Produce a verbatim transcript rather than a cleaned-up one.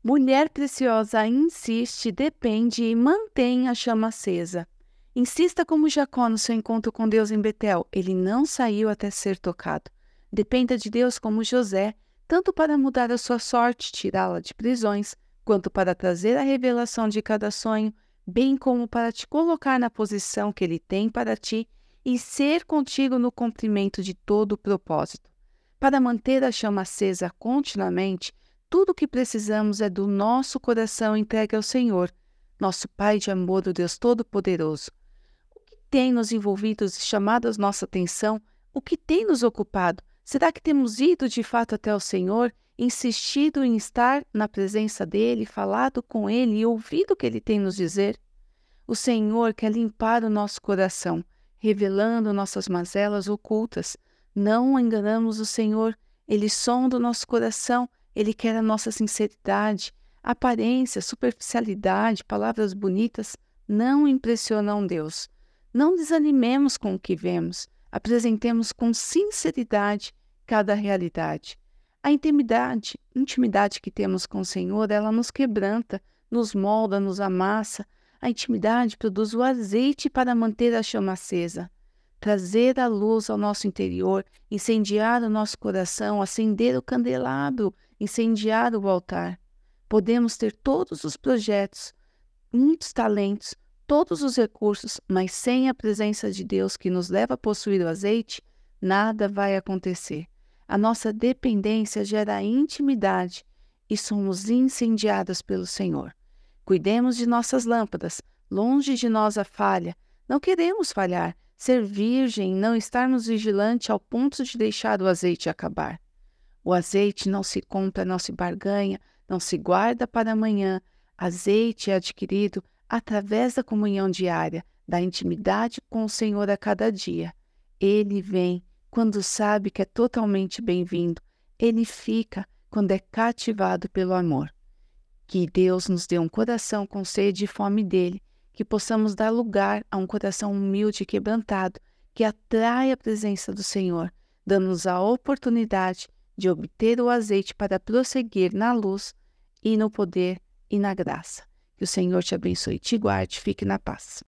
Mulher preciosa, insiste, depende e mantém a chama acesa. Insista como Jacó no seu encontro com Deus em Betel. Ele não saiu até ser tocado. Dependa de Deus como José, tanto para mudar a sua sorte, tirá-la de prisões, quanto para trazer a revelação de cada sonho, bem como para te colocar na posição que Ele tem para ti e ser contigo no cumprimento de todo o propósito. Para manter a chama acesa continuamente, tudo o que precisamos é do nosso coração entregue ao Senhor, nosso Pai de amor, o Deus Todo-Poderoso. O que tem nos envolvido e chamado a nossa atenção? O que tem nos ocupado? Será que temos ido de fato até o Senhor, insistido em estar na presença dEle, falado com Ele e ouvido o que Ele tem nos dizer? O Senhor quer limpar o nosso coração, revelando nossas mazelas ocultas. Não enganamos o Senhor, Ele sonda o nosso coração, Ele quer a nossa sinceridade. Aparência, superficialidade, palavras bonitas não impressionam Deus. Não desanimemos com o que vemos, apresentemos com sinceridade cada realidade. A intimidade, intimidade que temos com o Senhor, ela nos quebranta, nos molda, nos amassa. A intimidade produz o azeite para manter a chama acesa, trazer a luz ao nosso interior, incendiar o nosso coração, acender o candelabro, incendiar o altar. Podemos ter todos os projetos, muitos talentos, todos os recursos, mas sem a presença de Deus que nos leva a possuir o azeite, nada vai acontecer. A nossa dependência gera intimidade e somos incendiados pelo Senhor. Cuidemos de nossas lâmpadas, longe de nós a falha. Não queremos falhar, ser virgem, não estarmos vigilantes ao ponto de deixar o azeite acabar. O azeite não se compra, não se barganha, não se guarda para amanhã. Azeite é adquirido através da comunhão diária, da intimidade com o Senhor a cada dia. Ele vem quando sabe que é totalmente bem-vindo. Ele fica quando é cativado pelo amor. Que Deus nos dê um coração com sede e fome dele, que possamos dar lugar a um coração humilde e quebrantado, que atrai a presença do Senhor, dando-nos a oportunidade de obter o azeite para prosseguir na luz e no poder e na graça. Que o Senhor te abençoe e te guarde. Fique na paz.